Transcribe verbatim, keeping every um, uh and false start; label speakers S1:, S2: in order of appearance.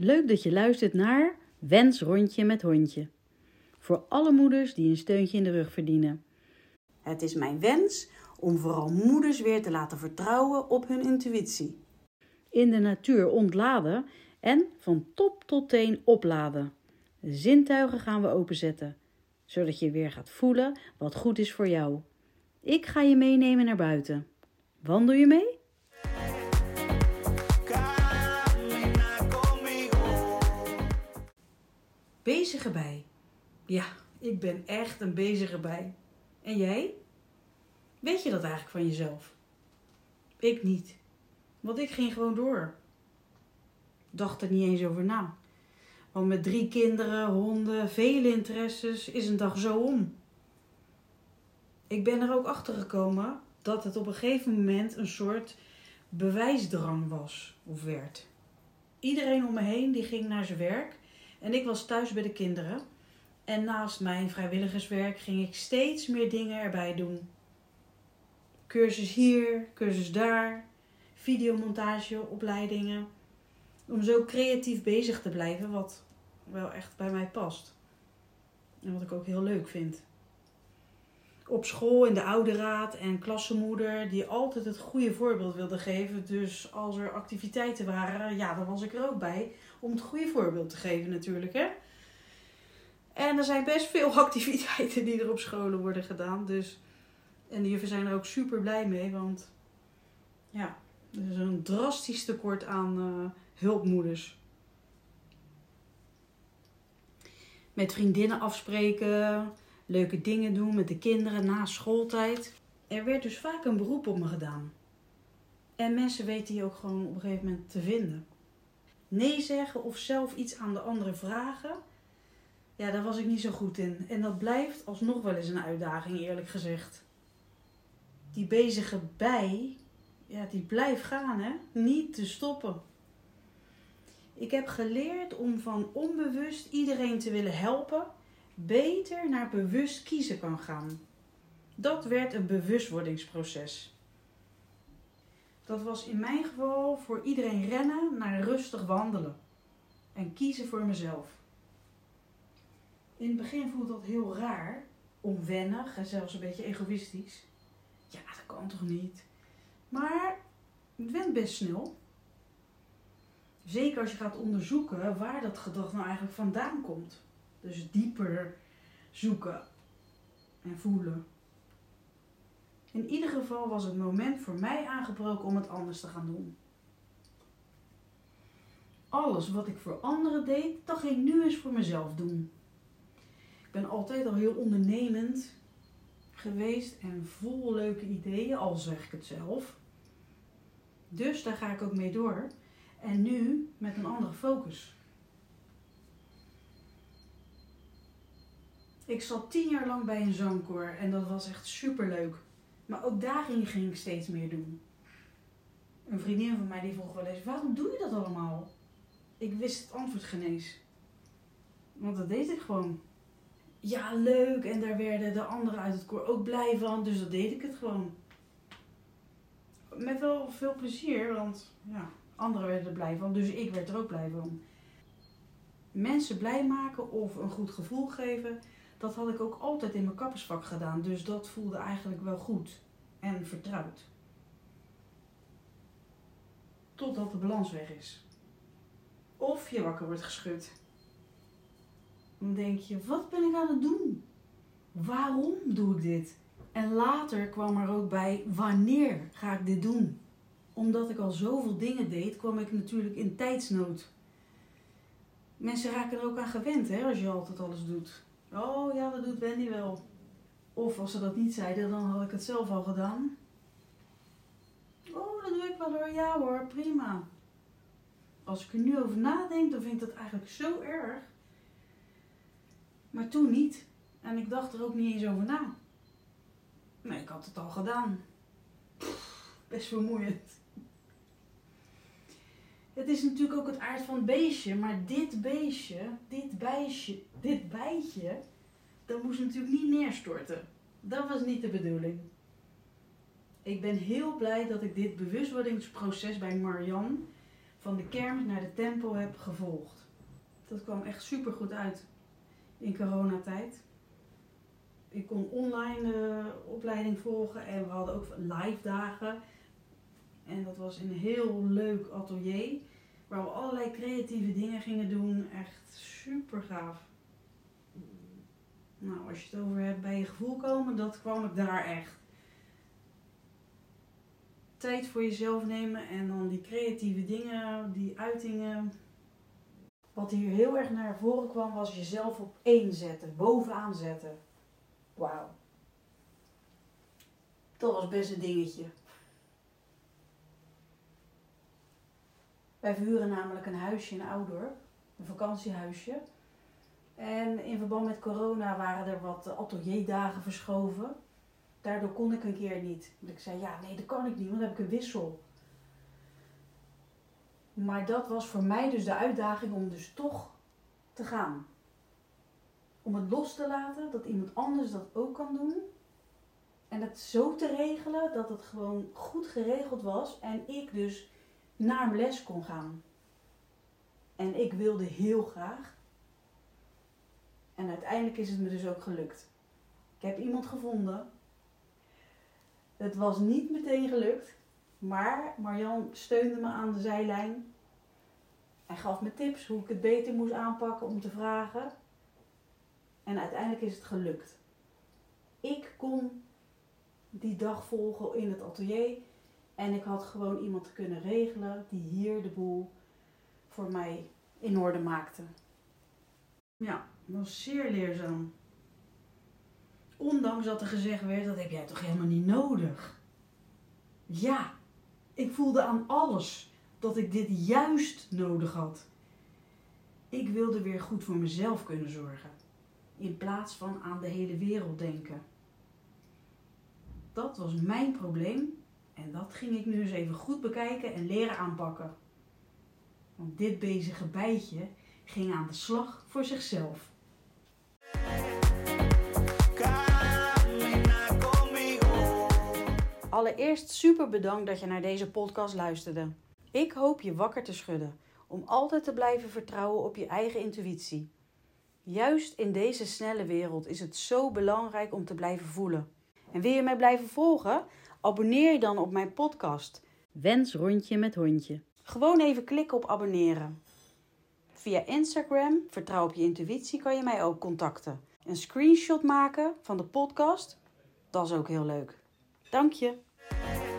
S1: Leuk dat je luistert naar Wensrondje met Hondje. Voor alle moeders die een steuntje in de rug verdienen. Het is mijn wens om vooral moeders weer te laten vertrouwen op hun intuïtie. In de natuur ontladen en van top tot teen opladen. De zintuigen gaan we openzetten, zodat je weer gaat voelen wat goed is voor jou. Ik ga je meenemen naar buiten. Wandel je mee? Bezige bij. Ja, ik ben echt een bezige bij. En jij? Weet je dat eigenlijk van jezelf? Ik niet. Want ik ging gewoon door. Dacht er niet eens over na. Want met drie kinderen, honden, vele interesses is een dag zo om. Ik ben er ook achter gekomen dat het op een gegeven moment een soort bewijsdrang was of werd. Iedereen om me heen die ging naar zijn werk en ik was thuis bij de kinderen. En naast mijn vrijwilligerswerk ging ik steeds meer dingen erbij doen. Cursus hier, cursus daar, videomontageopleidingen. Om zo creatief bezig te blijven, wat wel echt bij mij past. En wat ik ook heel leuk vind. Op school in de ouderraad en klassenmoeder die altijd het goede voorbeeld wilde geven. Dus als er activiteiten waren, ja, dan was ik er ook bij. Om het goede voorbeeld te geven natuurlijk, hè. En er zijn best veel activiteiten die er op scholen worden gedaan. Dus, en de juffen zijn er ook super blij mee, want ja, er is een drastisch tekort aan uh, hulpmoeders. Met vriendinnen afspreken, leuke dingen doen met de kinderen na schooltijd. Er werd dus vaak een beroep op me gedaan. En mensen weten je ook gewoon op een gegeven moment te vinden. Nee zeggen of zelf iets aan de anderen vragen, ja, daar was ik niet zo goed in. En dat blijft alsnog wel eens een uitdaging, eerlijk gezegd. Die bezige bij, ja, die blijft gaan, hè. Niet te stoppen. Ik heb geleerd om van onbewust iedereen te willen helpen, beter naar bewust kiezen kan gaan. Dat werd een bewustwordingsproces. Dat was in mijn geval voor iedereen rennen naar rustig wandelen. En kiezen voor mezelf. In het begin voelt dat heel raar, onwennig en zelfs een beetje egoïstisch. Ja, dat kan toch niet? Maar het went best snel. Zeker als je gaat onderzoeken waar dat gedrag nou eigenlijk vandaan komt. Dus dieper zoeken en voelen. In ieder geval was het moment voor mij aangebroken om het anders te gaan doen. Alles wat ik voor anderen deed, dat ging ik nu eens voor mezelf doen. Ik ben altijd al heel ondernemend geweest en vol leuke ideeën, al zeg ik het zelf. Dus daar ga ik ook mee door. En nu met een andere focus. Ik zat tien jaar lang bij een zangkoor en dat was echt superleuk. Maar ook daarin ging ik steeds meer doen. Een vriendin van mij die vroeg wel eens, waarom doe je dat allemaal? Ik wist het antwoord geen eens. Want dat deed ik gewoon. Ja, leuk. En daar werden de anderen uit het koor ook blij van. Dus dat deed ik het gewoon. Met wel veel plezier, want ja, anderen werden er blij van. Dus ik werd er ook blij van. Mensen blij maken of een goed gevoel geven, dat had ik ook altijd in mijn kappersvak gedaan. Dus dat voelde eigenlijk wel goed en vertrouwd. Totdat de balans weg is. Of je wakker wordt geschud. Dan denk je, wat ben ik aan het doen? Waarom doe ik dit? En later kwam er ook bij, wanneer ga ik dit doen? Omdat ik al zoveel dingen deed, kwam ik natuurlijk in tijdsnood. Mensen raken er ook aan gewend, hè, als je altijd alles doet. Oh ja, dat doet Wendy wel. Of als ze dat niet zeiden, dan had ik het zelf al gedaan. Oh, dat doe ik wel hoor. Ja hoor, prima. Als ik er nu over nadenk, dan vind ik dat eigenlijk zo erg. Maar toen niet. En ik dacht er ook niet eens over na. Nee, ik had het al gedaan. Pff, best vermoeiend. Het is natuurlijk ook het aard van het beestje, maar dit beestje, dit bijtje, dit bijtje, dat moest natuurlijk niet neerstorten. Dat was niet de bedoeling. Ik ben heel blij dat ik dit bewustwordingsproces bij Marianne van de kermis naar de tempel heb gevolgd. Dat kwam echt super goed uit in coronatijd. Ik kon online uh, opleiding volgen en we hadden ook live dagen. En dat was een heel leuk atelier waar we allerlei creatieve dingen gingen doen. Echt super gaaf. Nou, als je het over hebt bij je gevoel komen, dat kwam ik daar echt. Tijd voor jezelf nemen en dan die creatieve dingen, die uitingen. Wat hier heel erg naar voren kwam was jezelf op één zetten, bovenaan zetten. Wauw. Dat was best een dingetje. Wij verhuren namelijk een huisje in Oudorp, een vakantiehuisje. En in verband met corona waren er wat atelierdagen verschoven. Daardoor kon ik een keer niet. Want ik zei, ja, nee, dat kan ik niet, want dan heb ik een wissel. Maar dat was voor mij dus de uitdaging om dus toch te gaan. Om het los te laten, dat iemand anders dat ook kan doen. En het zo te regelen dat het gewoon goed geregeld was. En ik dus naar mijn les kon gaan. En ik wilde heel graag. En uiteindelijk is het me dus ook gelukt. Ik heb iemand gevonden. Het was niet meteen gelukt. Maar Marjan steunde me aan de zijlijn. En gaf me tips hoe ik het beter moest aanpakken om te vragen. En uiteindelijk is het gelukt. Ik kon die dag volgen in het atelier. En ik had gewoon iemand kunnen regelen die hier de boel voor mij in orde maakte. Ja, dat was zeer leerzaam. Ondanks dat er gezegd werd, dat heb jij toch helemaal niet nodig. Ja, ik voelde aan alles dat ik dit juist nodig had. Ik wilde weer goed voor mezelf kunnen zorgen. In plaats van aan de hele wereld denken. Dat was mijn probleem. En dat ging ik nu eens even goed bekijken en leren aanpakken. Want dit bezige bijtje ging aan de slag voor zichzelf. Allereerst super bedankt dat je naar deze podcast luisterde. Ik hoop je wakker te schudden om altijd te blijven vertrouwen op je eigen intuïtie. Juist in deze snelle wereld is het zo belangrijk om te blijven voelen. En wil je mij blijven volgen? Abonneer je dan op mijn podcast. Wens rondje met hondje. Gewoon even klikken op abonneren. Via Instagram, Vertrouw op je intuïtie, kan je mij ook contacten. Een screenshot maken van de podcast, dat is ook heel leuk. Dank je.